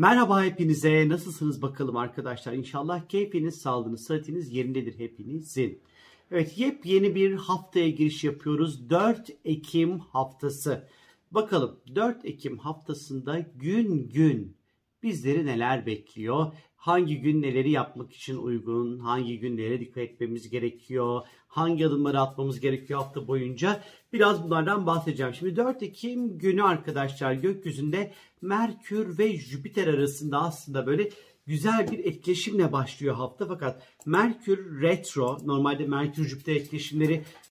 Merhaba hepinize. Nasılsınız bakalım arkadaşlar? İnşallah keyfiniz, sağlığınız, sıhhatiniz yerindedir hepinizin. Evet, yepyeni bir haftaya giriş yapıyoruz. 4 Ekim haftası. Bakalım 4 Ekim haftasında gün gün bizleri neler bekliyor? Hangi gün neleri yapmak için uygun? Hangi günlere dikkat etmemiz gerekiyor? Hangi adımları atmamız gerekiyor hafta boyunca? Biraz bunlardan bahsedeceğim. Şimdi 4 Ekim günü arkadaşlar gökyüzünde Merkür ve Jüpiter arasında aslında böyle güzel bir etkileşimle başlıyor hafta. Fakat Merkür retro, normalde Merkür Jüpiter etkileşimleri